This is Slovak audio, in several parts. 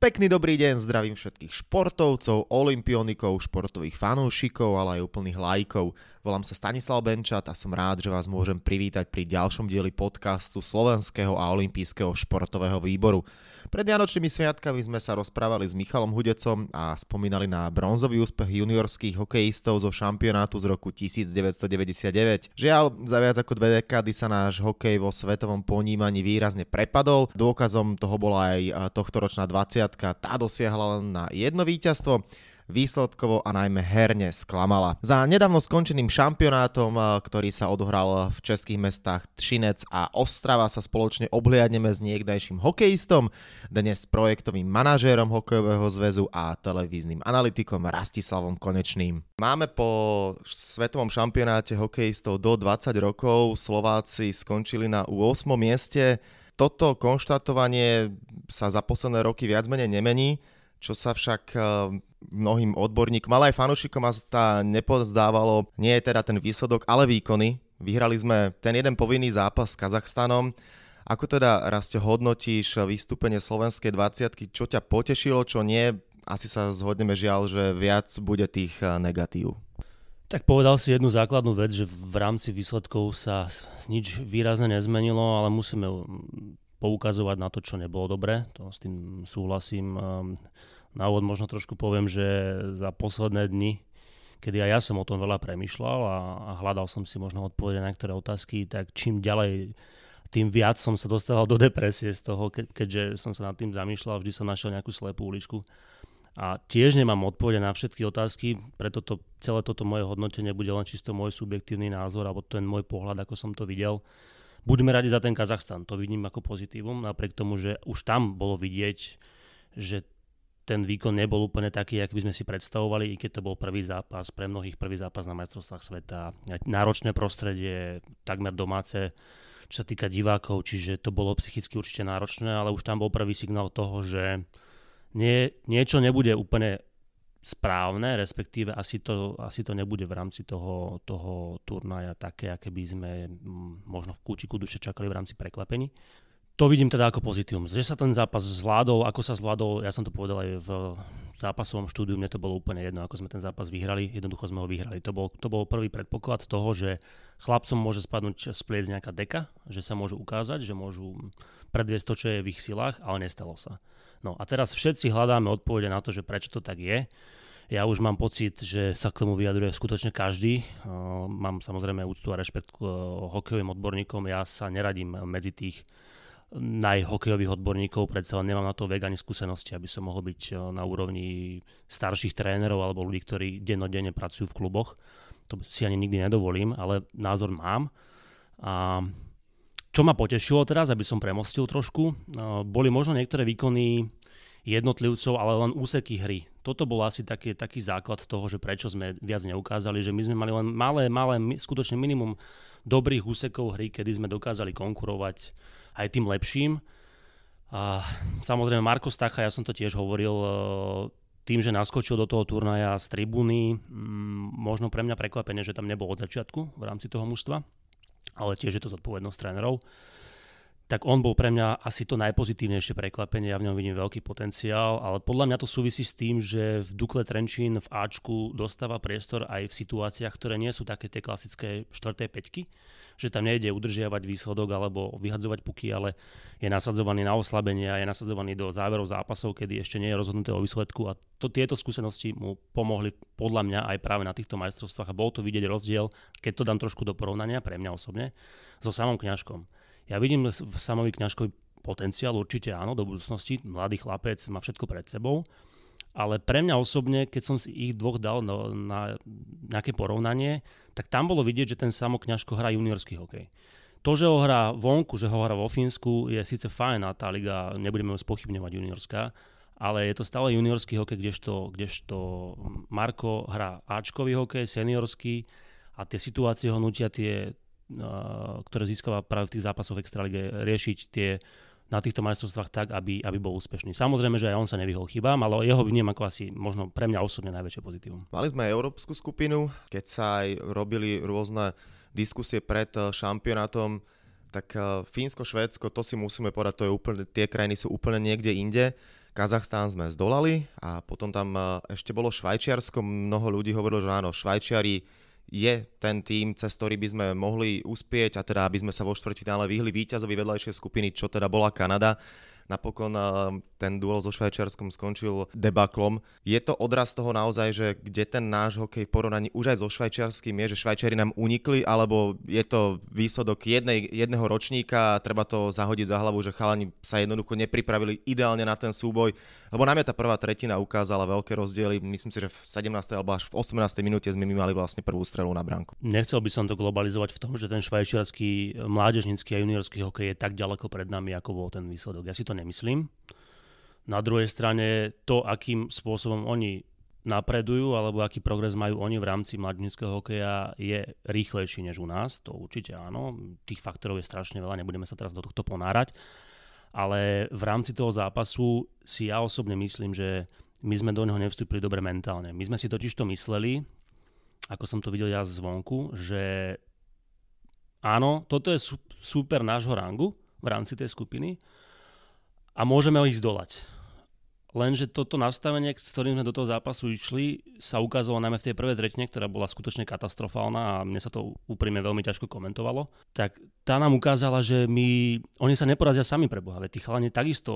Pekný dobrý deň, zdravím všetkých športovcov, olympionikov, športových fanúšikov, ale aj úplných lajkov. Volám sa Stanislav Benčat a som rád, že vás môžem privítať pri ďalšom dieli podcastu Slovenského a olympijského športového výboru. Pred vianočnými sviatkami sme sa rozprávali s Michalom Hudecom a spomínali na bronzový úspech juniorských hokejistov zo šampionátu z roku 1999. Žiaľ, za viac ako 2 dekády sa náš hokej vo svetovom ponímaní výrazne prepadol. Dôkazom toho bola aj tohtoročná 20-ka. Tá dosiahla len na jedno víťazstvo. Výsledkovo a najmä herne sklamala. Za nedávno skončeným šampionátom, ktorý sa odohral v českých mestách Třinec a Ostrava, sa spoločne obhliadneme s niekdajším hokejistom, dnes projektovým manažérom hokejového zväzu a televíznym analytikom Rastislavom Konečným. Máme po svetovom šampionáte hokejistov do 20 rokov, Slováci skončili na 8. mieste. Toto konštatovanie sa za posledné roky viac menej nemení, čo sa však mnohým odborníkom, ale aj fanúšikom nepozdávalo. Nie je teda ten výsledok, ale výkony. Vyhrali sme ten jeden povinný zápas s Kazachstanom. Ako teda, Rasto, hodnotíš vystúpenie slovenskej 20-ky? Čo ťa potešilo, čo nie? Asi sa zhodneme, žiaľ, že viac bude tých negatív. Tak povedal si jednu základnú vec, že v rámci výsledkov sa nič výrazne nezmenilo, ale musíme poukazovať na to, čo nebolo dobre. To s tým súhlasím. Na úvod možno trošku poviem, že za posledné dni, kedy aj ja som o tom veľa premýšľal a hľadal som si možno odpovede na niektoré otázky, tak čím ďalej, tým viac som sa dostával do depresie z toho, keďže som sa nad tým zamýšľal, vždy som našiel nejakú slepú uličku. A tiež nemám odpovede na všetky otázky, preto celé toto moje hodnotenie bude len čisto môj subjektívny názor, alebo ten môj pohľad, ako som to videl. Buďme radi za ten Kazachstan, to vidím ako pozitívum, napriek tomu, že už tam bolo vidieť, že ten výkon nebol úplne taký, aký by sme si predstavovali, i keď to bol prvý zápas, pre mnohých prvý zápas na majstrovstvách sveta. Náročné prostredie, takmer domáce, čo sa týka divákov, čiže to bolo psychicky určite náročné, ale už tam bol prvý signál toho, že niečo nebude úplne správne, respektíve asi to nebude v rámci toho turnaja také, aké by sme možno v kútiku duše čakali v rámci prekvapení. To vidím teda ako pozitívum. Že sa ten zápas zvládol, ako sa zvládol, ja som to povedal aj v zápasovom štúdiu, mne to bolo úplne jedno, ako sme ten zápas vyhrali, jednoducho sme ho vyhrali. To bol prvý predpoklad toho, že chlapcom môže spadnúť z pliec nejaká deka, že sa môžu ukázať, že môžu predviesť to, čo je v ich silách, ale nestalo sa. No a teraz všetci hľadáme odpovede na to, že prečo to tak je. Ja už mám pocit, že sa k tomu vyjadruje skutočne každý. Mám samozrejme úctu a rešpekt k hokejovým odborníkom. Ja sa neradím medzi tých najhokejových odborníkov, predsa len nemám na to vek ani skúsenosti, aby som mohol byť na úrovni starších trénerov alebo ľudí, ktorí dennodenne pracujú v kluboch. To si ani nikdy nedovolím, ale názor mám. A čo ma potešilo teraz, aby som premostil trošku, boli možno niektoré výkony jednotlivcov, ale len úseky hry. Toto bol asi taký základ toho, že prečo sme viac neukázali, že my sme mali len malé, skutočne minimum dobrých úsekov hry, kedy sme dokázali konkurovať aj tým lepším. A samozrejme Marko Stacha, ja som to tiež hovoril, tým, že naskočil do toho turnaja z tribúny, možno pre mňa prekvapenie, že tam nebol od začiatku v rámci toho mužstva, ale tiež je to zodpovednosť trénerov. Tak on bol pre mňa asi to najpozitívnejšie prekvapenie, ja v ňom vidím veľký potenciál, ale podľa mňa to súvisí s tým, že v Dukle Trenčín v Ačku dostáva priestor aj v situáciách, ktoré nie sú také tie klasické 4. päťky, že tam nejde udržiavať výsledok alebo vyhadzovať puky, ale je nasadzovaný na oslabenia, je nasadzovaný do záverov zápasov, kedy ešte nie je rozhodnuté o výsledku a tieto skúsenosti mu pomohli podľa mňa aj práve na týchto majstrovstvách a bol to vidieť rozdiel, keď to dám trošku do porovnania pre mňa osobne, so samom Kňažkom. Ja vidím v Samovi Kňažkovi potenciál, určite áno, do budúcnosti. Mladý chlapec má všetko pred sebou. Ale pre mňa osobne, keď som si ich dvoch dal na nejaké porovnanie, tak tam bolo vidieť, že ten Samo Kňažko hrá juniorský hokej. To, že ho hrá vonku, že ho hrá vo Fínsku, je síce fajn a tá liga, nebudeme ho spochybňovať juniorská, ale je to stále juniorský hokej, kdežto Marko hrá áčkový hokej, seniorský a tie situácie ho nutia ktoré získava práve v tých zápasoch Extralige, riešiť na týchto majstrovstvách tak, aby bol úspešný. Samozrejme, že aj on sa nevyhol chybám, ale jeho vnímam ako asi možno pre mňa osobne najväčšie pozitívum. Mali sme aj európsku skupinu, keď sa aj robili rôzne diskusie pred šampionátom, tak Fínsko, Švédsko, to si musíme povedať, tie krajiny sú úplne niekde inde. Kazachstán sme zdolali a potom tam ešte bolo Švajčiarsko. Mnoho ľudí hovorilo, že áno, Švajčiari je ten tým, cez ktorý by sme mohli uspieť a teda aby sme sa vo štvrťfinále vyhli víťazovi vedľajšej skupiny, čo teda bola Kanada. Napokon ten duel so Švajčiarskom skončil debaklom. Je to odraz toho naozaj, že kde ten náš hokej v porovnaní už aj so švajčiarským je, že Švajčiari nám unikli, alebo je to výsledok jedného ročníka a treba to zahodiť za hlavu, že chalani sa jednoducho nepripravili ideálne na ten súboj, lebo nám tá prvá tretina ukázala veľké rozdiely. Myslím si, že v 17. alebo až v 18. minúte sme my mali vlastne prvú strelu na bránku. Nechcel by som to globalizovať v tom, že ten švajčiarsky mládežnícky a juniorský hokej je tak ďaleko pred nami, ako bol ten výsledok. Ja si to nemyslím. Na druhej strane to, akým spôsobom oni napredujú alebo aký progres majú oni v rámci mládežníckeho hokeja, je rýchlejší než u nás. To určite áno. Tých faktorov je strašne veľa, nebudeme sa teraz do tohto ponárať. Ale v rámci toho zápasu si ja osobne myslím, že my sme do neho nevstúpili dobre mentálne. My sme si totiž to mysleli, ako som to videl ja zvonku, že áno, toto je super nášho rangu v rámci tej skupiny a môžeme ho ich zdolať. Lenže toto nastavenie, s ktorým sme do toho zápasu išli, sa ukázalo najmä v tej prvej tretine, ktorá bola skutočne katastrofálna a mne sa to úprimne veľmi ťažko komentovalo. Tak tá nám ukázala, že oni sa neporazia sami pre Boha, veď tí chalani takisto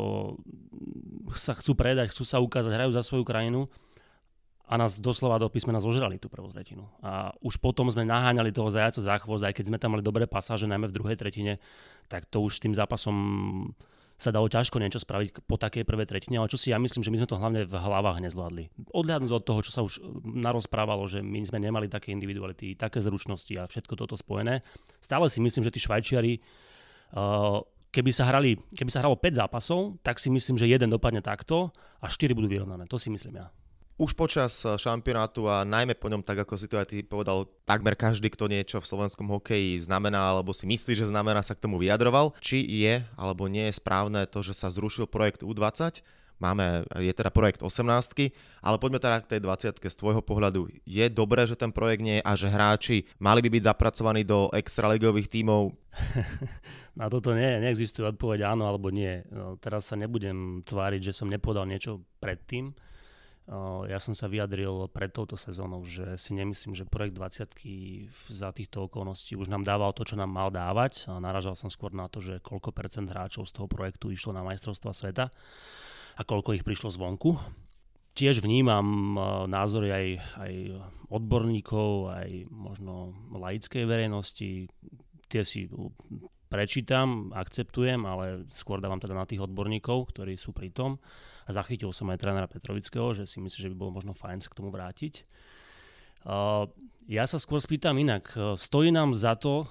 sa chcú predať, chcú sa ukázať, hrajú za svoju krajinu a nás doslova do písmena zožrali tú prvú tretinu. A už potom sme naháňali toho zajaca za chvost, aj keď sme tam mali dobré pasáže, najmä v druhej tretine, tak to už s tým zápasom sa dalo ťažko niečo spraviť po takej prvej tretine, ale čo si ja myslím, že my sme to hlavne v hlavách nezvládli. Odhľadnúť od toho, čo sa už narozprávalo, že my sme nemali také individuality, také zručnosti a všetko toto spojené, stále si myslím, že tí Švajčiari, keby sa hralo 5 zápasov, tak si myslím, že jeden dopadne takto a 4 budú vyrovnané. To si myslím ja. Už počas šampionátu a najmä po ňom, tak ako si to aj ty povedal, takmer každý, kto niečo v slovenskom hokeji znamená alebo si myslí, že znamená, sa k tomu vyjadroval. Či je alebo nie je správne to, že sa zrušil projekt U20, je teda projekt 18, ale poďme teda k tej 20 z tvojho pohľadu. Je dobré, že ten projekt nie je a že hráči mali by byť zapracovaní do extraligových tímov? Na toto neexistuje odpoveď áno alebo nie. Teraz sa nebudem tváriť, že som nepovedal niečo predtým. Ja som sa vyjadril pred touto sezónou, že si nemyslím, že projekt 20 za týchto okolností už nám dával to, čo nám mal dávať. Naražal som skôr na to, že koľko percent hráčov z toho projektu išlo na majstrovstvá sveta a koľko ich prišlo zvonku. Tiež vnímam názory aj odborníkov, aj možno laickej verejnosti. Tie si prečítam, akceptujem, ale skôr dávam teda na tých odborníkov, ktorí sú pri tom. A zachytil som aj trénera Petrovického, že si myslí, že by bolo možno fajn sa k tomu vrátiť. Ja sa skôr spýtam inak. Stojí nám za to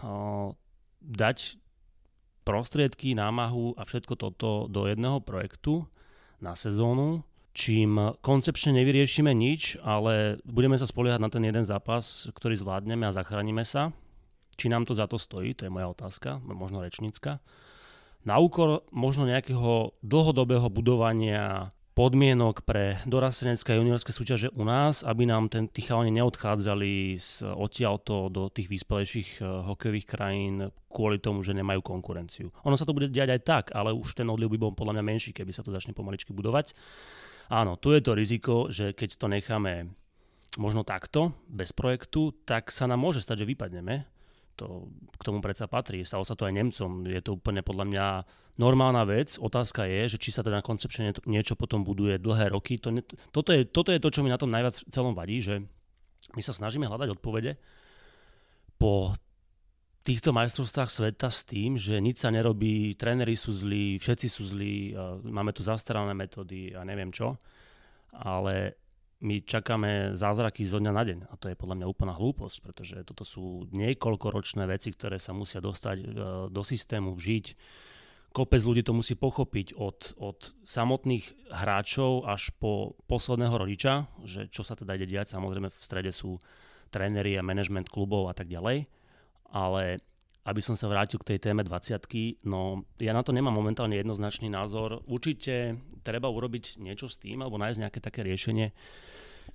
dať prostriedky, námahu a všetko toto do jedného projektu na sezónu, čím koncepčne nevyriešime nič, ale budeme sa spoliehať na ten jeden zápas, ktorý zvládneme a zachránime sa. Či nám to za to stojí, to je moja otázka, možno rečnícka. Na úkor možno nejakého dlhodobého budovania podmienok pre dorastenecké a juniorské súťaže u nás, aby nám tí chalani neodchádzali odtiaľto do tých vyspelejších hokejových krajín kvôli tomu, že nemajú konkurenciu. Ono sa to bude diať aj tak, ale už ten odliv by bol podľa mňa menší, keby sa to začne pomaličky budovať. Áno, tu je to riziko, že keď to necháme možno takto, bez projektu, tak sa nám môže stať, že vypadneme. To k tomu predsa patrí. Stalo sa to aj Nemcom. Je to úplne podľa mňa normálna vec. Otázka je, že či sa teda koncepčne niečo potom buduje dlhé roky. Toto je to, čo mi na tom najviac celom vadí, že my sa snažíme hľadať odpovede po týchto majstrovstvách sveta s tým, že nič sa nerobí, tréneri sú zlí, všetci sú zlí, máme tu zastarané metódy a neviem čo. Ale my čakáme zázraky zo dňa na deň a to je podľa mňa úplná hlúposť, pretože toto sú niekoľkoročné veci, ktoré sa musia dostať do systému, vžiť. Kopec ľudí to musí pochopiť od samotných hráčov až po posledného rodiča, že čo sa teda ide diať. Samozrejme v strede sú tréneri a manažment klubov a tak ďalej, ale aby som sa vrátil k tej téme 20-ky, no ja na to nemám momentálne jednoznačný názor. Určite treba urobiť niečo s tým alebo nájsť nejaké také riešenie,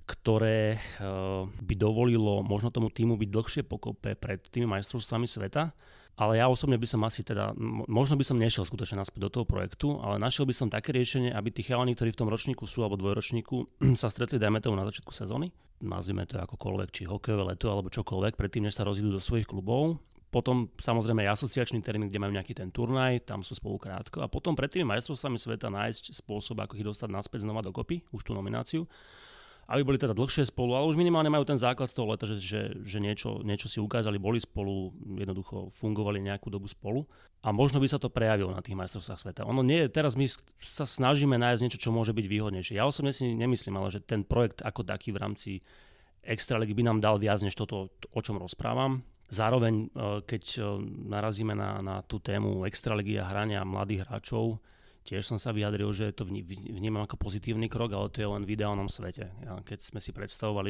ktoré by dovolilo možno tomu týmu byť dlhšie pokope pred tými majstrovstvami sveta. Ale ja osobne by som asi možno by som nešiel skutočne naspäť do toho projektu, ale našiel by som také riešenie, aby tí chalani, ktorí v tom ročníku sú alebo dvojročníku, sa stretli, dajme tomu na začiatku sezóny. Nazvime to akokoľvek, či hokejové leto alebo čokoľvek, predtým, než sa rozídu do svojich klubov. Potom samozrejme aj asociačný termín, kde majú nejaký ten turnaj, tam sú spolu krátko. A potom pred tými majstrovstvami sveta nájsť spôsob, ako ich dostať naspäť znova dokopy, už tú nomináciu. Aby boli teda dlhšie spolu, ale už minimálne majú ten základ z toho leta, že niečo si ukázali, boli spolu, jednoducho fungovali nejakú dobu spolu a možno by sa to prejavilo na tých majstrovstvách sveta. Ono nie, teraz my sa snažíme nájsť niečo, čo môže byť výhodnejšie. Ja osobne si nemyslím, ale že ten projekt ako taký v rámci Extraligy by nám dal viac než toto, o čom rozprávam. Zároveň, keď narazíme na tú tému Extraligy a hrania mladých hráčov, tiež som sa vyjadril, že to vnímam ako pozitívny krok, ale to je len v ideálnom svete. Keď sme si predstavovali,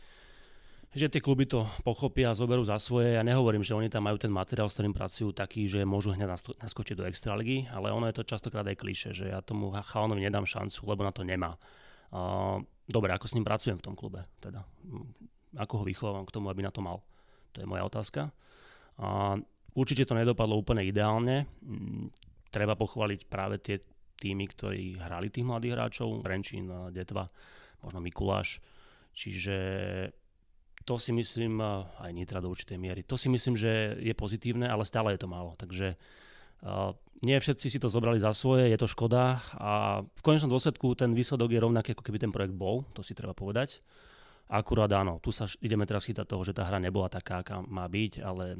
že tie kluby to pochopia a zoberú za svoje, ja nehovorím, že oni tam majú ten materiál, s ktorým pracujú taký, že môžu hneď naskočiť do Extraligy, ale ono je to častokrát aj klišé, že ja tomu chalanovi nedám šancu, lebo na to nemá. Dobre, ako s ním pracujem v tom klube? Teda, ako ho vychovávam k tomu, aby na to mal? To je moja otázka. Určite to nedopadlo úplne ideálne. Treba pochváliť práve tie týmy, ktorí hrali tých mladých hráčov, Trenčín, Detva, možno Mikuláš. Čiže to si myslím, aj Nitra do určitej miery, to si myslím, že je pozitívne, ale stále je to málo. Takže nie všetci si to zobrali za svoje, je to škoda a v konečnom dôsledku ten výsledok je rovnaký, ako keby ten projekt bol, to si treba povedať. Akurát áno, tu sa ideme teraz chytať toho, že tá hra nebola taká, aká má byť, ale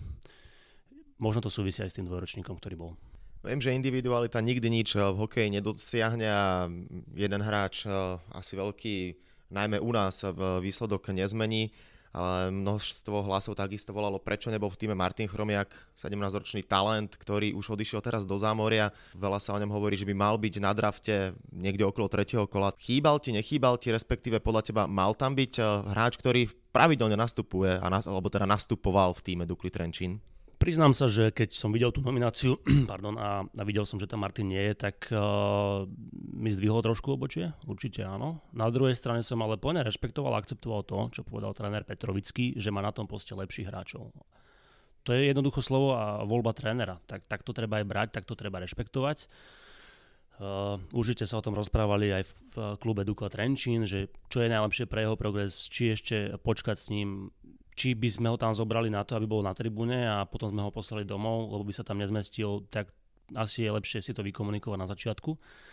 možno to súvisí aj s tým dvojročníkom, ktorý bol. Viem, že individualita nikdy nič v hokeji nedosiahne a jeden hráč asi veľký, najmä u nás, výsledok nezmení, ale množstvo hlasov takisto volalo, prečo nebol v týme Martin Chromiak, 17-ročný talent, ktorý už odišiel teraz do zámoria. Veľa sa o ňom hovorí, že by mal byť na drafte niekde okolo 3. kola. Chýbal ti, nechýbal ti, respektíve podľa teba mal tam byť hráč, ktorý pravidelne nastupuje, alebo teda nastupoval v týme Dukly Trenčín? Priznám sa, že keď som videl tú nomináciu a videl som, že tam Martin nie je, tak mi zdvihlo trošku obočie, určite áno. Na druhej strane som ale plne rešpektoval a akceptoval to, čo povedal tréner Petrovický, že má na tom poste lepších hráčov. To je jednoducho slovo a voľba trénera. Tak to treba aj brať, tak to treba rešpektovať. Určite sa o tom rozprávali aj v klube Dukla Trenčín, že čo je najlepšie pre jeho progres, či ešte počkať s ním, či by sme ho tam zobrali na to, aby bol na tribúne a potom sme ho poslali domov, lebo by sa tam nezmestil, tak asi je lepšie si to vykomunikovať na začiatku.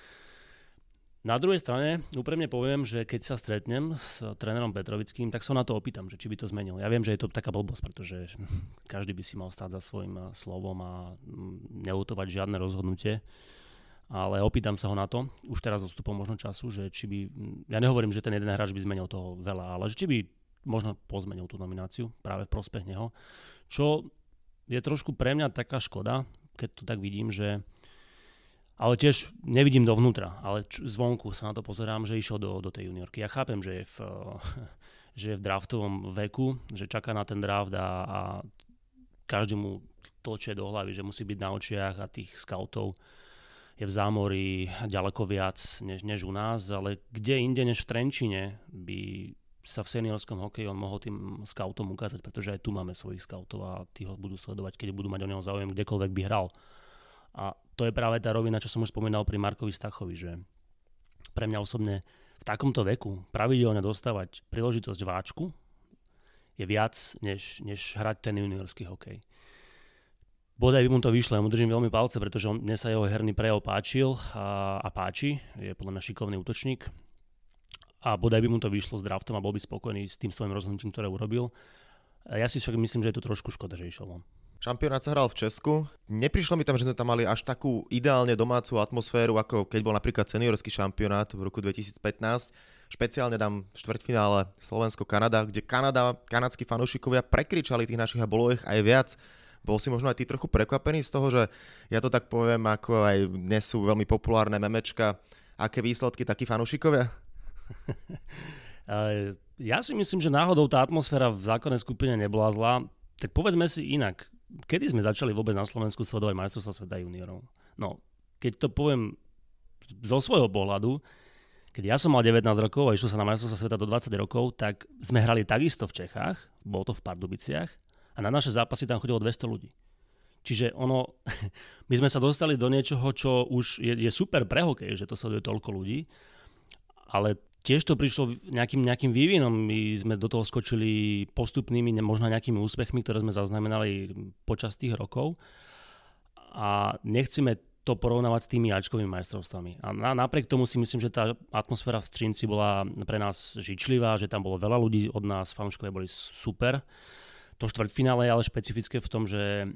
Na druhej strane, úprimne poviem, že keď sa stretnem s trénerom Petrovickým, tak sa na to opýtam, že či by to zmenil. Ja viem, že je to taká blbosť, pretože každý by si mal stáť za svojím slovom a neľutovať žiadne rozhodnutie, ale opýtam sa ho na to, už teraz odstupom možno času, že či by, ja nehovorím, že ten jeden hráč by zmenil toho veľa, ale že či by možno pozmenil tú nomináciu práve v prospech neho. Čo je trošku pre mňa taká škoda, keď to tak vidím, že ale tiež nevidím dovnútra, ale zvonku sa na to pozerám, že išiel do tej juniorky. Ja chápem, že je v draftovom veku, že čaká na ten draft a každý mu tlčie do hlavy, že musí byť na očiach a tých scoutov je v zámori ďaleko viac než u nás, ale kde inde než v Trenčine by sa v seniorskom hokeji on mohol tým scoutom ukázať, pretože aj tu máme svojich scoutov a tí ho budú sledovať, keď budú mať o neho záujem, kdekoľvek by hral. A to je práve tá rovina, čo som už spomínal pri Markovi Stachovi, že pre mňa osobne v takomto veku pravidelne dostávať príležitosť váčku je viac, než hrať ten juniorský hokej. Bodaj by mu to vyšlo, ja mu držím veľmi palce, pretože mne sa jeho herný prejav páčil a páči, je podľa mňa šikovný útočník. A bodaj by mu to vyšlo s draftom a bol by spokojný s tým svojím rozhodnutím, ktoré urobil. Ja si však myslím, že je to trošku škoda, že išiel von. Šampionát sa hral v Česku. Neprišlo mi tam, že sme tam mali až takú ideálne domácu atmosféru, ako keď bol napríklad seniorský šampionát v roku 2015. Špeciálne dám štvrťfinále Slovensko-Kanada, kde kanadskí fanúšikovia prekričali tých našich a bolo ich aj viac. Bol si možno aj ty trochu prekvapený z toho, že ja to tak poviem, ako aj dnes sú veľmi populárne memečka, aké výsledky takí fanúšikovia? Ja si myslím, že náhodou tá atmosféra v základnej skupine nebola zlá. Tak povedzme si inak, kedy sme začali vôbec na Slovensku sledovať majstrovstvá sveta juniorov? No, keď to poviem zo svojho pohľadu, Keď ja som mal 19 rokov a išlo sa na majstrovstvá sveta do 20 rokov, tak sme hrali takisto v Čechách, bolo to v Pardubiciach a na naše zápasy tam chodilo 200 ľudí. Čiže my sme sa dostali do niečoho, čo už je super pre hokej, že to sleduje toľko ľudí, ale tiež to prišlo nejakým vývinom. My sme do toho skočili postupnými, možno nejakými úspechmi, ktoré sme zaznamenali počas tých rokov a nechceme to porovnávať s tými ačkovými majstrovstvami. A napriek tomu si myslím, že tá atmosféra v Třinci bola pre nás žičlivá, že tam bolo veľa ľudí od nás, fanúšikovia boli super. To štvrťfinále je ale špecifické v tom, že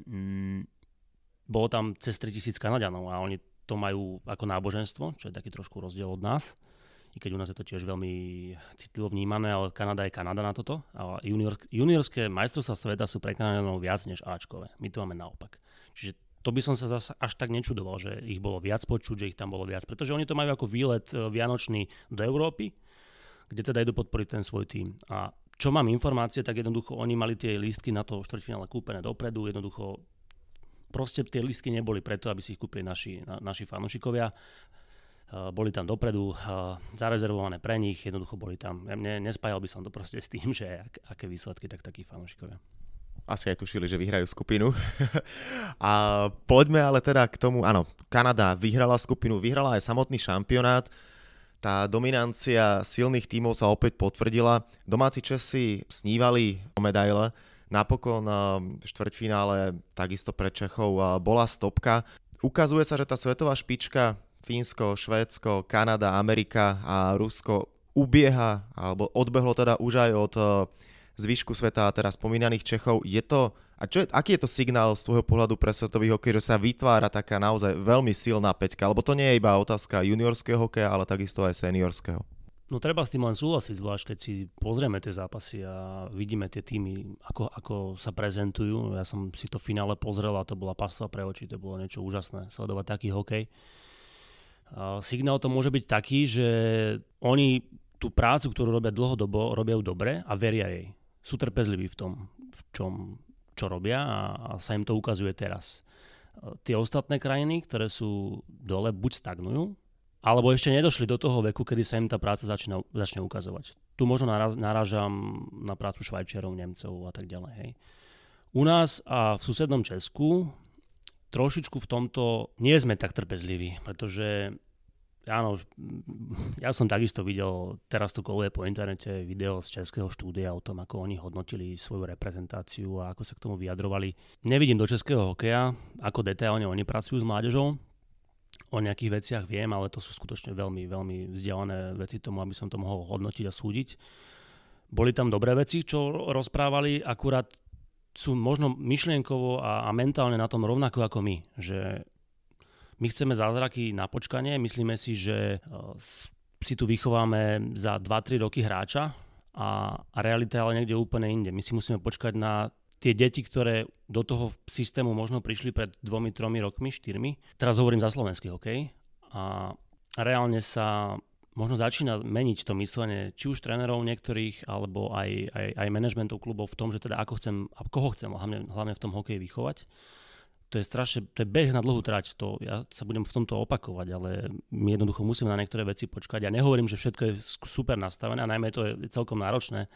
bolo tam cez 3000 Kanaďanov a oni to majú ako náboženstvo, čo je taký trošku rozdiel od nás. I keď u nás je to tiež veľmi citlivo vnímané, ale Kanada je Kanada na toto. A juniorské majstrovstvá sveta sú pre Kanaďanov viac než áčkové. My to máme naopak. Čiže to by som sa zase až tak nečudoval, že ich bolo viac počuť, že ich tam bolo viac. Pretože oni to majú ako výlet vianočný do Európy, kde teda idú podporiť ten svoj tím. A čo mám informácie, tak jednoducho oni mali tie lístky na to štvrťfinále kúpené dopredu. Jednoducho proste tie lístky neboli preto, aby si ich kúpili naši fanúšikovia. Boli tam dopredu, zarezervované pre nich, jednoducho boli tam. Nespájal by som to proste s tým, že aké výsledky, tak takí fanúšikovia. Asi aj tušili, že vyhrajú skupinu. A poďme ale teda k tomu, áno, Kanada vyhrala skupinu, vyhrala aj samotný šampionát. Tá dominancia silných tímov sa opäť potvrdila. Domáci Česi snívali o medaile. Napokon v štvrťfinále takisto pre Čechov bola stopka. Ukazuje sa, že tá svetová špička Fínsko, Švédsko, Kanada, Amerika a Rusko ubieha, alebo odbehlo teda už aj od zvyšku sveta a teraz spomínaných Čechov. Aký je to signál z tvojho pohľadu pre svetový hokej, že sa vytvára taká naozaj veľmi silná päťka? Lebo to nie je iba otázka juniorského hokeja, ale takisto aj seniorského. No treba s tým len súhlasiť, zvlášť keď si pozrieme tie zápasy a vidíme tie týmy, ako sa prezentujú. Ja som si to finále pozrel a to bola pastva pre oči, to bolo niečo úžasné, sledovať taký hokej. Signál to môže byť taký, že oni tú prácu, ktorú robia dlhodobo, robia ju dobre a veria jej. Sú trpezliví v tom, čo robia a sa im to ukazuje teraz. Tie ostatné krajiny, ktoré sú dole, buď stagnujú, alebo ešte nedošli do toho veku, kedy sa im tá práca začne ukazovať. Tu možno narážam na prácu Švajčiarov, Nemcov a tak ďalej. Hej. U nás a v susednom Česku trošičku v tomto nie sme tak trpezliví, pretože áno, ja som takisto videl, teraz to koluje po internete, video z českého štúdia o tom, ako oni hodnotili svoju reprezentáciu a ako sa k tomu vyjadrovali. Nevidím do českého hokeja, ako detailne oni pracujú s mládežou. O nejakých veciach viem, ale to sú skutočne veľmi, veľmi vzdialené veci tomu, aby som to mohol hodnotiť a súdiť. Boli tam dobré veci, čo rozprávali, akurát sú možno myšlienkovo a mentálne na tom rovnako ako my, že my chceme zázraky na počkanie, myslíme si, že si tu vychováme za 2-3 roky hráča a realita je ale niekde úplne inde. My si musíme počkať na tie deti, ktoré do toho systému možno prišli pred 2-3 rokmi, 4. Teraz hovorím za slovenský hokej. A reálne sa možno začína meniť to myslenie, či už trénerov niektorých, alebo aj manažmentov klubov v tom, že teda koho chcem hlavne v tom hokeji vychovať. To je beh na dlhú trať, ja sa budem v tomto opakovať, ale my jednoducho musíme na niektoré veci počkať. Ja nehovorím, že všetko je super nastavené a najmä to je celkom náročné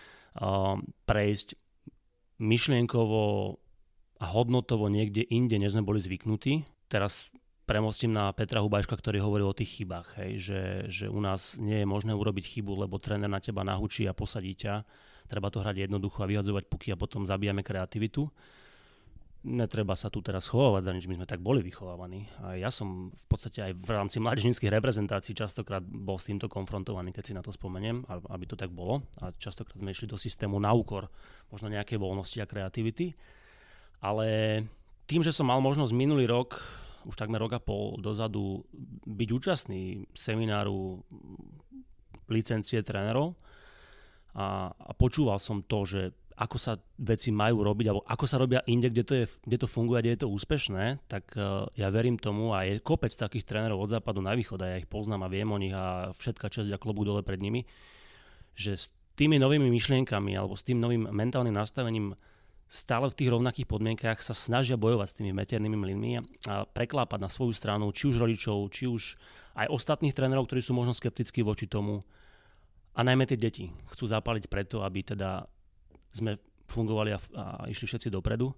prejsť myšlienkovo a hodnotovo niekde inde, než sme boli zvyknutí. Teraz premostím na Petra Hubajška, ktorý hovoril o tých chybách, že u nás nie je možné urobiť chybu, lebo tréner na teba nahučí a posadí ťa. Treba to hrať jednoducho a vyhadzovať puky a potom zabijame kreativitu. Netreba sa tu teraz schovávať za nič, my sme tak boli vychovávaní. A ja som v podstate aj v rámci mládežníckych reprezentácií častokrát bol s týmto konfrontovaný, keď si na to spomeniem, aby to tak bolo. A častokrát sme išli do systému na úkor možno nejakej voľnosti a kreativity. Ale tým, že som mal možnosť minulý rok, už takmer rok a pol dozadu, byť účastný semináru licencie trénerov a počúval som to, že ako sa veci majú robiť, alebo ako sa robia inde, kde to funguje, kde je to úspešné, tak ja verím tomu a je kopec takých trénerov od západu na východ a ja ich poznám a viem o nich a všetka česť a klobúk dole pred nimi, že s tými novými myšlienkami alebo s tým novým mentálnym nastavením stále v tých rovnakých podmienkach sa snažia bojovať s tými veternými mlynmi a preklápať na svoju stranu či už rodičov, či už aj ostatných trénerov, ktorí sú možno skeptickí voči tomu. A najmä tie deti chcú zapáliť preto, aby teda sme fungovali a išli všetci dopredu.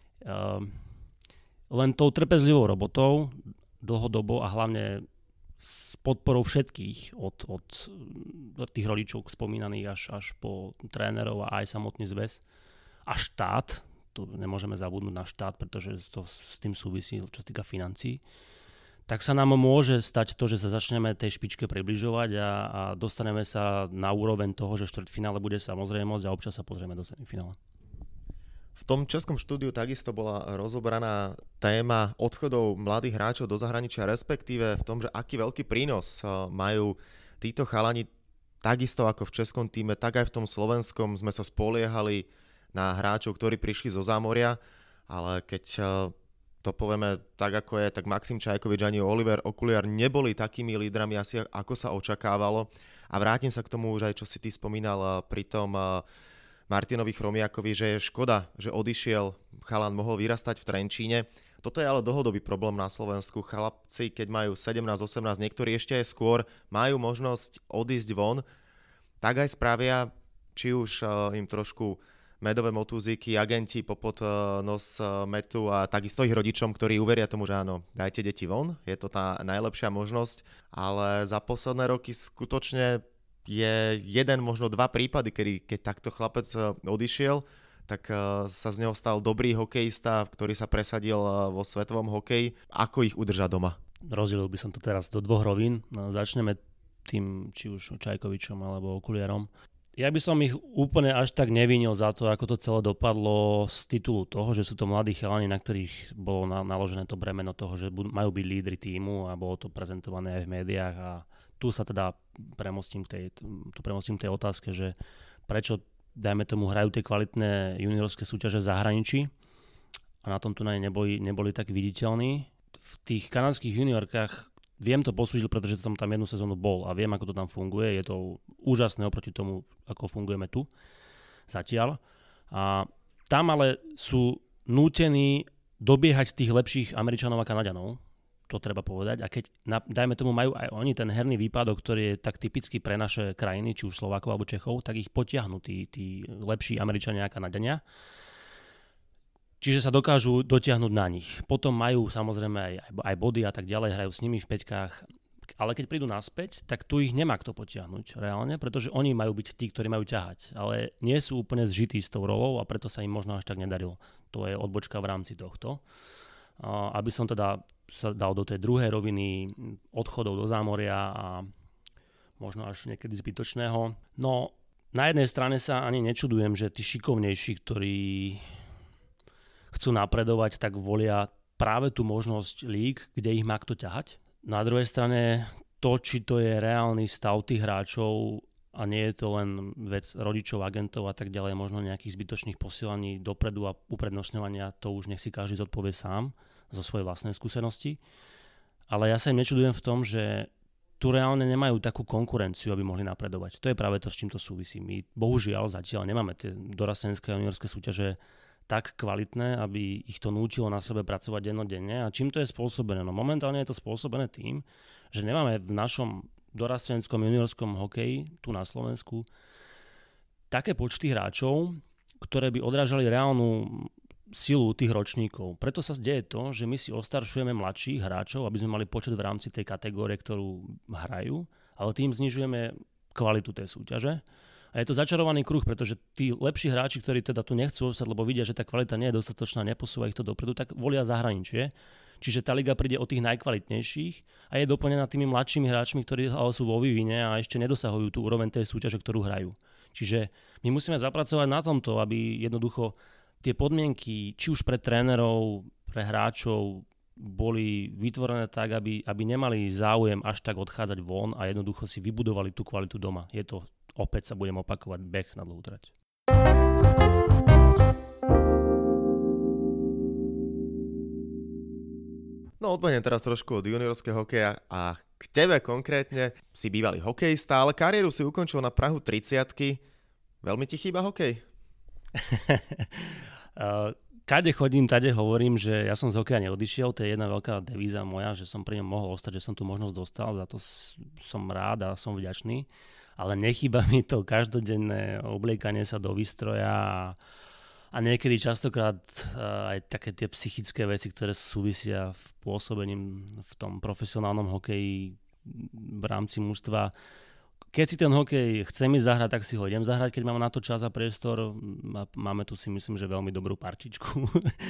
Len tou trpezlivou robotou, dlhodobo a hlavne s podporou všetkých, od tých rodičov spomínaných až po trénerov a aj samotný zväz a štát, tu nemôžeme zabudnúť na štát, pretože to s tým súvisí, čo sa týka financií, tak sa nám môže stať to, že sa začneme tej špičke približovať a dostaneme sa na úroveň toho, že štvrťfinále bude samozrejmosť a občas sa pozrieme do semifinále. V tom českom štúdiu takisto bola rozobraná téma odchodov mladých hráčov do zahraničia, respektíve v tom, že aký veľký prínos majú títo chalani, takisto ako v českom týme, tak aj v tom slovenskom sme sa spoliehali na hráčov, ktorí prišli zo zámoria, ale keď to povieme tak, ako je, tak Maxim Čajkovič ani Oliver Okuliar neboli takými lídrami asi, ako sa očakávalo. A vrátim sa k tomu už aj, čo si ty spomínal pri tom Martinovi Chromiakovi, že je škoda, že odišiel, chalan mohol vyrastať v Trenčíne. Toto je ale dlhodobý problém na Slovensku. Chlapci, keď majú 17-18, niektorí ešte aj skôr, majú možnosť odísť von, tak aj spravia, či už im trošku medové motúziky, agenti popod nos metu a takisto ich rodičom, ktorí uveria tomu, že áno, dajte deti von, je to tá najlepšia možnosť, ale za posledné roky skutočne je jeden, možno dva prípady, keď takto chlapec odišiel, tak sa z neho stal dobrý hokejista, ktorý sa presadil vo svetovom hokeji. Ako ich udržať doma? Rozdelil by som to teraz do dvoch rovín. Začneme tým, či už Čajkovičom alebo Okuliarom. Ja by som ich úplne až tak nevinil za to, ako to celé dopadlo z titulu toho, že sú to mladí chalani, na ktorých bolo naložené to bremeno toho, že majú byť lídri tímu a bolo to prezentované aj v médiách a tu sa teda premostím k tej otázke, že prečo, dajme tomu, hrajú tie kvalitné juniorské súťaže v zahraničí a na tom tu neboli tak viditeľní. V tých kanadských juniorkách viem to posúdiť, pretože som tam jednu sezónu bol a viem, ako to tam funguje. Je to úžasné oproti tomu, ako fungujeme tu zatiaľ. A tam ale sú nútení dobiehať tých lepších Američanov a Kanaďanov. To treba povedať. A keď, dajme tomu, majú aj oni ten herný výpadok, ktorý je tak typický pre naše krajiny, či už Slovákov alebo Čechov, tak ich potiahnú tí lepší Američania a Kanaďania. Čiže sa dokážu dotiahnuť na nich. Potom majú samozrejme aj body a tak ďalej, hrajú s nimi v peťkách. Ale keď prídu naspäť, tak tu ich nemá kto potiahnuť reálne, pretože oni majú byť tí, ktorí majú ťahať. Ale nie sú úplne zžití s tou rolou a preto sa im možno až tak nedarilo. To je odbočka v rámci tohto. Aby som teda sa dal do tej druhej roviny odchodov do zámoria a možno až niekedy zbytočného. No, na jednej strane sa ani nečudujem, že tí šikovnejší, ktorí chcú napredovať, tak volia práve tú možnosť líg, kde ich má kto ťahať. Na druhej strane to, či to je reálny stav tých hráčov a nie je to len vec rodičov, agentov a tak ďalej, možno nejakých zbytočných posielaní dopredu a uprednostňovania, to už nech si každý zodpovie sám zo svojej vlastnej skúsenosti. Ale ja sa im nečudujem v tom, že tu reálne nemajú takú konkurenciu, aby mohli napredovať. To je práve to, s čím to súvisí. My bohužiaľ zatiaľ nemáme tie dorastenské a juniorské súťaže tak kvalitné, aby ich to nútilo na sebe pracovať dennodenne. A čím to je spôsobené? No momentálne je to spôsobené tým, že nemáme v našom dorastenskom juniorskom hokeji tu na Slovensku také počty hráčov, ktoré by odrážali reálnu silu tých ročníkov. Preto sa deje to, že my si ostaršujeme mladších hráčov, aby sme mali počet v rámci tej kategórie, ktorú hrajú, ale tým znižujeme kvalitu tej súťaže. A je to začarovaný kruh, pretože tí lepší hráči, ktorí teda tu nechcú ostať, lebo vidia, že tá kvalita nie je dostatočná, neposúva ich to dopredu, tak volia zahraničie. Čiže tá liga príde o tých najkvalitnejších a je doplnená tými mladšími hráčmi, ktorí ale sú vo vývine a ešte nedosahujú tú úroveň tej súťaže, ktorú hrajú. Čiže my musíme zapracovať na tomto, aby jednoducho tie podmienky, či už pre trénerov, pre hráčov, boli vytvorené tak, aby nemali záujem až tak odchádzať von a jednoducho si vybudovali tú kvalitu doma. Je to, opäť sa budem opakovať, beh na dlhú trať. No odbehnem teraz trošku od juniorského hokeja a k tebe konkrétne. Si bývalý hokejista, ale kariéru si ukončil na prahu 30-ky. Veľmi ti chýba hokej? Kade chodím, tade hovorím, že ja som z hokeja neodišiel, to je jedna veľká devíza moja, že som pri ňom mohol ostať, že som tú možnosť dostal, za to som rád a som vďačný, ale nechýba mi to každodenné obliekanie sa do výstroja a niekedy častokrát aj také tie psychické veci, ktoré súvisia v pôsobením v tom profesionálnom hokeji v rámci mužstva. Keď si ten hokej chcem ísť zahrať, tak si ho idem zahrať, keď mám na to čas a priestor. Máme tu si myslím, že veľmi dobrú partičku,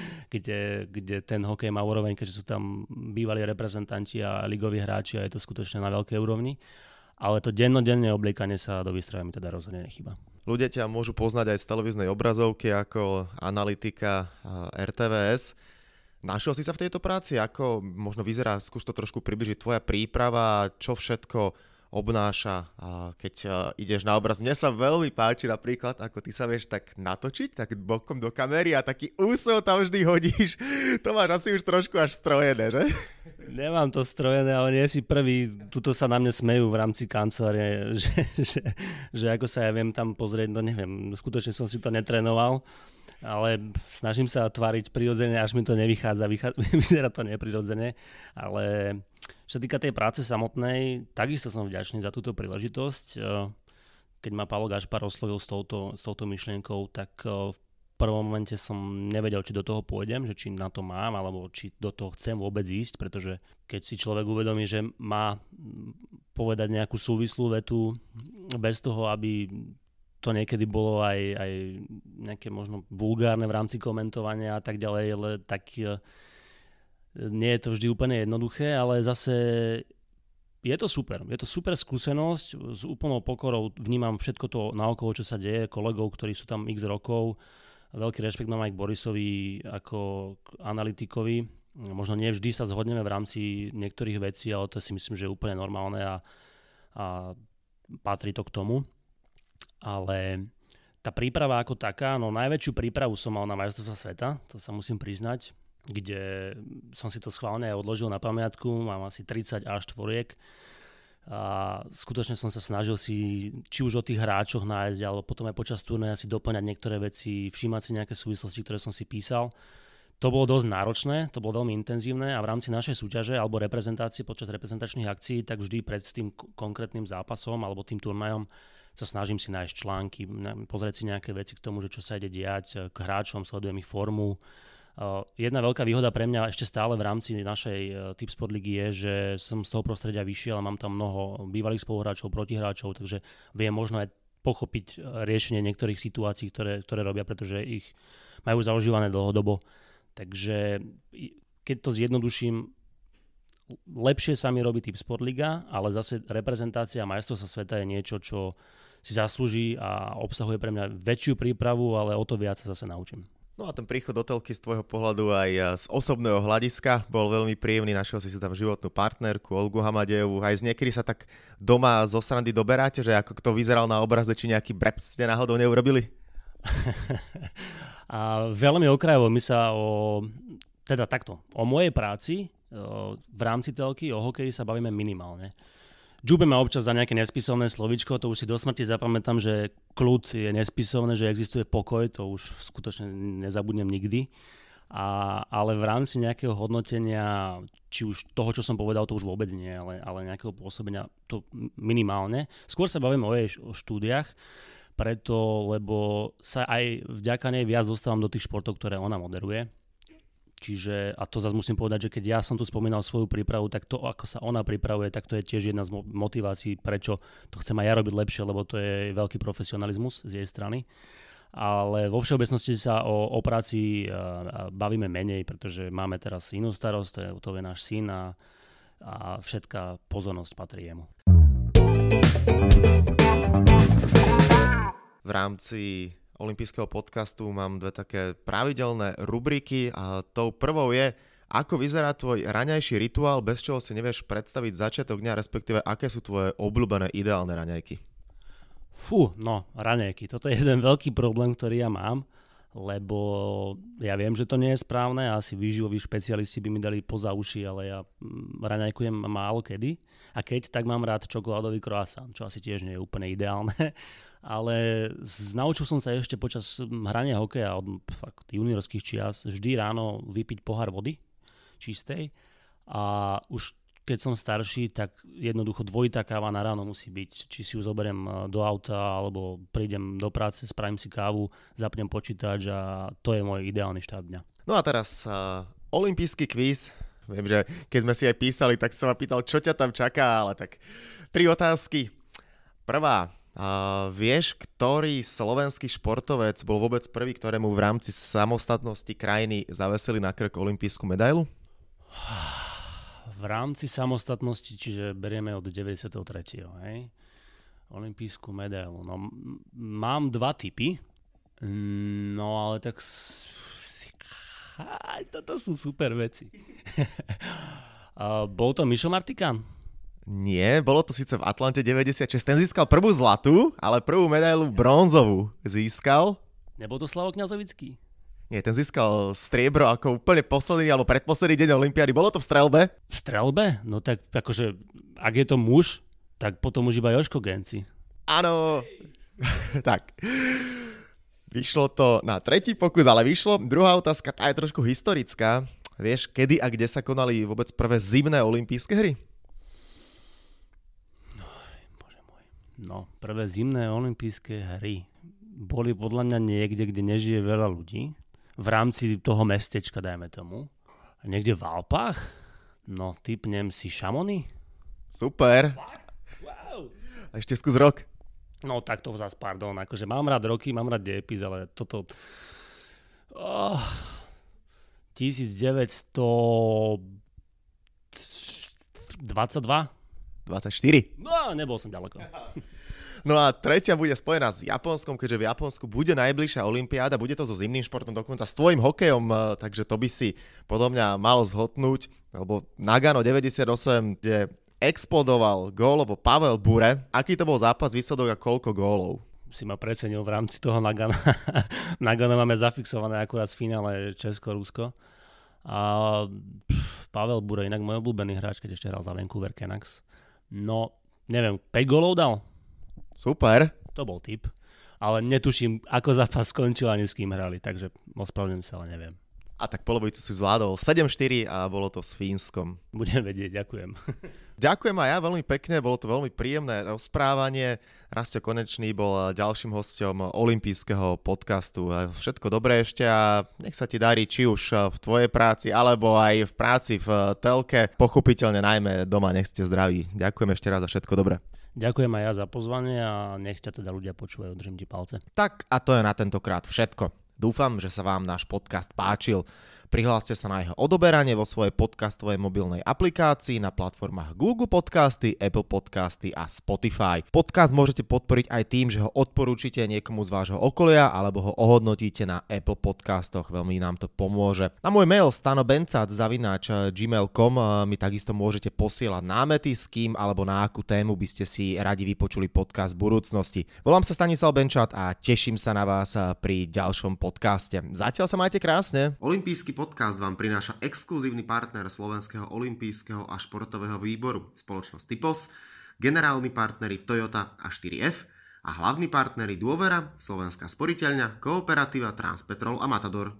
kde ten hokej má úroveň, keďže sú tam bývalí reprezentanti a ligoví hráči a je to skutočne na veľkej úrovni. Ale to dennodenné obliekanie sa do výstroja mi teda rozhodne nechýba. Ľudia ťa môžu poznať aj z televíznej obrazovky ako analytika RTVS. Našiel si sa v tejto práci? Ako možno vyzerá, skús to trošku približiť, tvoja príprava, čo všetko obnáša, keď ideš na obraz. Mne sa veľmi páči napríklad, ako ty sa vieš tak natočiť, tak bokom do kamery a taký úsmev tam vždy hodíš. To máš asi už trošku až strojené, že? Nemám to strojené, ale nie si prvý. Tuto sa na mňa smejú v rámci kancelárie, že ako sa ja viem tam pozrieť, no neviem, skutočne som si to netrénoval, ale snažím sa tváriť prirodzene, až mi to nevychádza, vyzerá to neprirodzene, ale čo sa týka tej práce samotnej, takisto som vďačný za túto príležitosť. Keď ma Pálo Gašpar oslovil s touto myšlienkou, tak v prvom momente som nevedel, či do toho pôjdem, že či na to mám, alebo či do toho chcem vôbec ísť, pretože keď si človek uvedomí, že má povedať nejakú súvislú vetu bez toho, aby to niekedy bolo aj nejaké možno vulgárne v rámci komentovania a tak ďalej, ale tak nie je to vždy úplne jednoduché, ale zase je to super. Je to super skúsenosť, s úplnou pokorou vnímam všetko to naokolo, čo sa deje, kolegov, ktorí sú tam x rokov. Veľký rešpekt mám aj k Borisovi ako k analytikovi. Možno nie vždy sa zhodneme v rámci niektorých vecí, ale to si myslím, že je úplne normálne a patrí to k tomu. Ale tá príprava ako taká, no najväčšiu prípravu som mal na majstrovstvá sveta, to sa musím priznať, kde som si to schválne aj odložil na pamiatku, mám asi 30 A4 a skutočne som sa snažil si či už o tých hráčoch nájsť, alebo potom aj počas turnaja si doplňať niektoré veci, všímať si nejaké súvislosti, ktoré som si písal. To bolo dosť náročné, to bolo veľmi intenzívne a v rámci našej súťaže alebo reprezentácie počas reprezentačných akcií, tak vždy pred tým konkrétnym zápasom alebo tým turnajom sa snažím si nájsť články, pozrieť si nejaké veci k tomu, že čo sa ide diať, k hráčom, sledujem ich formu. Jedna veľká výhoda pre mňa ešte stále v rámci našej Tipsport ligy je, že som z toho prostredia vyšiel a mám tam mnoho bývalých spoluhráčov, protihráčov, takže viem možno aj pochopiť riešenie niektorých situácií, ktoré robia, pretože ich majú zaužívané dlhodobo. Takže keď to zjednoduším, lepšie sa mi robí Tipsport liga, ale zase reprezentácia majstrovstva sveta je niečo, čo si zaslúži a obsahuje pre mňa väčšiu prípravu, ale o to viac sa zase naučím. No a ten príchod do telky z tvojho pohľadu aj z osobného hľadiska bol veľmi príjemný, našiel si tam životnú partnerku Olgu Hamadejovú, aj z niekedy sa tak doma zo srandy doberáte, že ako kto vyzeral na obraze, či nejaký brep ste náhodou neurobili? A veľmi okrajovo my sa o mojej práci v rámci telky, o hokeji sa bavíme minimálne. Džúbeme občas za nejaké nespisovné slovíčko, to už si do smrti zapamätám, že kľud je nespisovné, že existuje pokoj, to už skutočne nezabudnem nikdy. Ale v rámci nejakého hodnotenia, či už toho, čo som povedal, to už vôbec nie, ale nejakého pôsobenia, to minimálne. Skôr sa bavíme o jej štúdiách, lebo sa aj vďaka nej viac dostávam do tých športov, ktoré ona moderuje. Čiže, a to zase musím povedať, že keď ja som tu spomínal svoju prípravu, tak to, ako sa ona pripravuje, tak to je tiež jedna z motivácií, prečo to chcem aj ja robiť lepšie, lebo to je veľký profesionalizmus z jej strany. Ale vo všeobecnosti sa o práci bavíme menej, pretože máme teraz inú starosť, to je náš syn a všetká pozornosť patrí jemu. V rámci olympijského podcastu mám dve také pravidelné rubriky a tou prvou je, ako vyzerá tvoj raňajší rituál, bez čoho si nevieš predstaviť začiatok dňa, respektíve aké sú tvoje obľúbené ideálne raňajky? Raňajky. Toto je jeden veľký problém, ktorý ja mám, lebo ja viem, že to nie je správne a asi výživoví špecialisti by mi dali poza uši, ale ja raňajkujem málo kedy a keď, tak mám rád čokoládový croissant, čo asi tiež nie je úplne ideálne. Ale naučil som sa ešte počas hrania hokeja od fakt juniorských čias vždy ráno vypiť pohár vody čistej a už keď som starší, tak jednoducho dvojitá káva na ráno musí byť. Či si ju zoberiem do auta, alebo prídem do práce, spravím si kávu, zapnem počítač a to je môj ideálny štát dňa. No a teraz olympijský kvíz. Viem, že keď sme si aj písali, tak som ma pýtal, čo ťa tam čaká, ale tak 3 otázky. Prvá, vieš, ktorý slovenský športovec bol vôbec prvý, ktorému v rámci samostatnosti krajiny zavesili na krk olympijskú medailu? V rámci samostatnosti, čiže berieme od 93. Hej? Olympijskú medailu. No, mám 2 typy, no ale tak toto sú super veci. Bol to Mišo Martikán? Nie, bolo to síce v Atlante 96. Ten získal prvú zlatú, ale prvú medailu bronzovú získal. Nebol to Slavo Kňazovický? Nie, ten získal striebro ako úplne posledný alebo predposledný deň olympiády. Bolo to v streľbe? V streľbe? No tak akože, ak je to muž, tak potom už iba Jožko Genci. Áno. Tak. Vyšlo to na 3. pokus, ale vyšlo. Druhá otázka, tá je trošku historická. Vieš, kedy a kde sa konali vôbec prvé zimné olympijské hry? Bože môj. No, prvé zimné olympijské hry boli podľa mňa niekde, kde nežije veľa ľudí. V rámci toho mestečka, dajme tomu. Niekde v Alpách? No, typnem si Chamonix. Super. Wow. A ešte skús rok. No, tak to zás, pardon. Akože mám rád roky, mám rád dejepis, ale toto... 1922? 24. No, nebol som ďaleko. No a tretia bude spojená s Japonskom, keďže v Japonsku bude najbližšia olympiáda, bude to so zimným športom, dokonca s tvojim hokejom, takže to by si podľa mňa mal zhodnúť, lebo Nagano 98, kde explodoval gólovo Pavel Bure. Aký to bol zápas, výsledok a koľko gólov? Si ma precenil v rámci toho Nagana. Nagano máme zafixované akurát z finále Česko-Rusko. A Pavel Bure, inak môj obľúbený hráč, keď ešte hral za Vancouver Canucks. No, neviem, 5 gólov dal? Super. To bol tip. Ale netuším, ako zápas skončil ani s kým hrali, takže ospravedlňujem sa, ale neviem. A tak polovicu si zvládol 7-4 a bolo to s Fínskom. Budem vedieť, ďakujem. Ďakujem aj ja veľmi pekne, bolo to veľmi príjemné rozprávanie. Rastio Konečný bol ďalším hosťom olympijského podcastu. Všetko dobré ešte a nech sa ti darí či už v tvojej práci, alebo aj v práci v telke. Pochopiteľne najmä doma, nech ste zdraví. Ďakujem ešte raz za všetko dobré. Ďakujem aj ja za pozvanie a nech ťa teda ľudia počúvajú, držím ti palce. Tak a to je na tentokrát všetko. Dúfam, že sa vám náš podcast páčil. Prihláste sa na jeho odoberanie vo svojej podcastovej mobilnej aplikácii na platformách Google Podcasty, Apple Podcasty a Spotify. Podcast môžete podporiť aj tým, že ho odporúčite niekomu z vášho okolia alebo ho ohodnotíte na Apple Podcastoch. Veľmi nám to pomôže. Na môj mail stanobencat@gmail.com mi takisto môžete posielať námety, s kým alebo na akú tému by ste si radi vypočuli podcast v budúcnosti. Volám sa Stanislav Benčat a teším sa na vás pri ďalšom podcaste. Zatiaľ sa majte krásne. Olympijský podcast vám prináša exkluzívny partner Slovenského olympijského a športového výboru, spoločnosť Typos, generálni partneri Toyota a 4F a hlavní partneri Dôvera, Slovenská sporiteľňa, Kooperatíva, Transpetrol a Matador.